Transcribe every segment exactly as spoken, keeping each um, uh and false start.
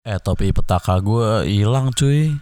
Eh topi petaka gue hilang cuy.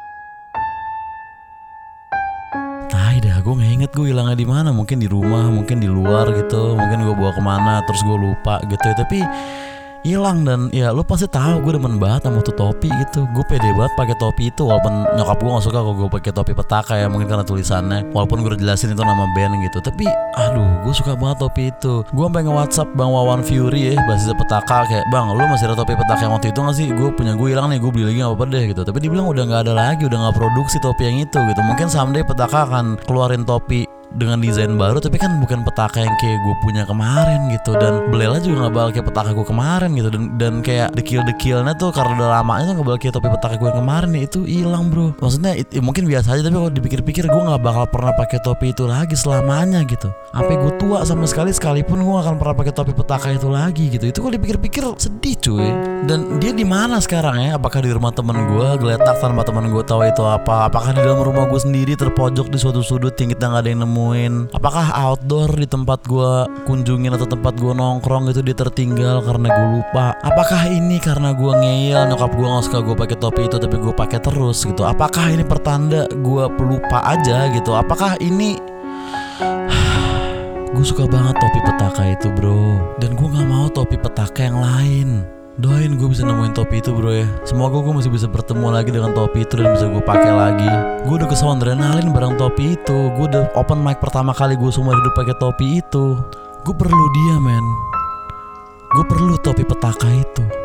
Tai dah, gue nggak inget gue hilangnya di mana. Mungkin di rumah, mungkin di luar gitu. Mungkin gue bawa kemana, terus gue lupa gitu ya. Tapi hilang, dan ya lo pasti tahu gue demen banget sama tuh topi gitu. Gue pede banget pakai topi itu, walaupun nyokap gue nggak suka kalau gue pakai topi petaka ya, mungkin karena tulisannya. Walaupun gue udah jelasin itu nama band gitu, tapi aduh gue suka banget topi itu. Gue sampai nge-WhatsApp Bang Wawan Fury ya, basis petaka, kayak bang lu masih ada topi petaka yang waktu itu nggak sih? Gue punya gue hilang nih, gue beli lagi nggak apa-apa deh gitu. Tapi dia bilang udah nggak ada lagi, udah nggak produksi topi yang itu gitu. Mungkin someday petaka akan keluarin topi dengan desain baru, tapi kan bukan petaka yang kayak gue punya kemarin gitu. Dan Belela juga gak bakal kayak petaka gue kemarin gitu. Dan dan kayak dekil-dekilnya tuh karena udah lamanya tuh gak bakal kayak topi petaka gue yang kemarin nih. Itu hilang bro. Maksudnya it, mungkin biasa aja, tapi kalau dipikir-pikir gue gak bakal pernah pakai topi itu lagi selamanya gitu. Sampai gue tua sama sekali, sekalipun gue gak akan pernah pakai topi petaka itu lagi gitu. Itu kalau dipikir-pikir sedih cuy. Dan dia di mana sekarang ya? Apakah di rumah temen gue geletak tanpa temen gue tahu itu apa? Apakah di dalam rumah gue sendiri terpojok di suatu sudut yang kita gak ada yang nemu? Apakah outdoor di tempat gue kunjungin atau tempat gue nongkrong itu dia tertinggal karena gue lupa? Apakah ini karena gue ngeyel nyokap gue nggak suka gue pakai topi itu tapi gue pakai terus gitu? Apakah ini pertanda gue pelupa aja gitu? Apakah ini gue suka banget topi petaka itu bro, dan gue nggak mau topi petaka yang lain. Doain gue bisa nemuin topi itu bro ya. Semoga gue masih bisa bertemu lagi dengan topi itu dan bisa gue pakai lagi. Gue udah kesohon adrenalin bareng topi itu. Gue udah open mic pertama kali gue seumur hidup pakai topi itu. Gue perlu dia men. Gue perlu topi petaka itu.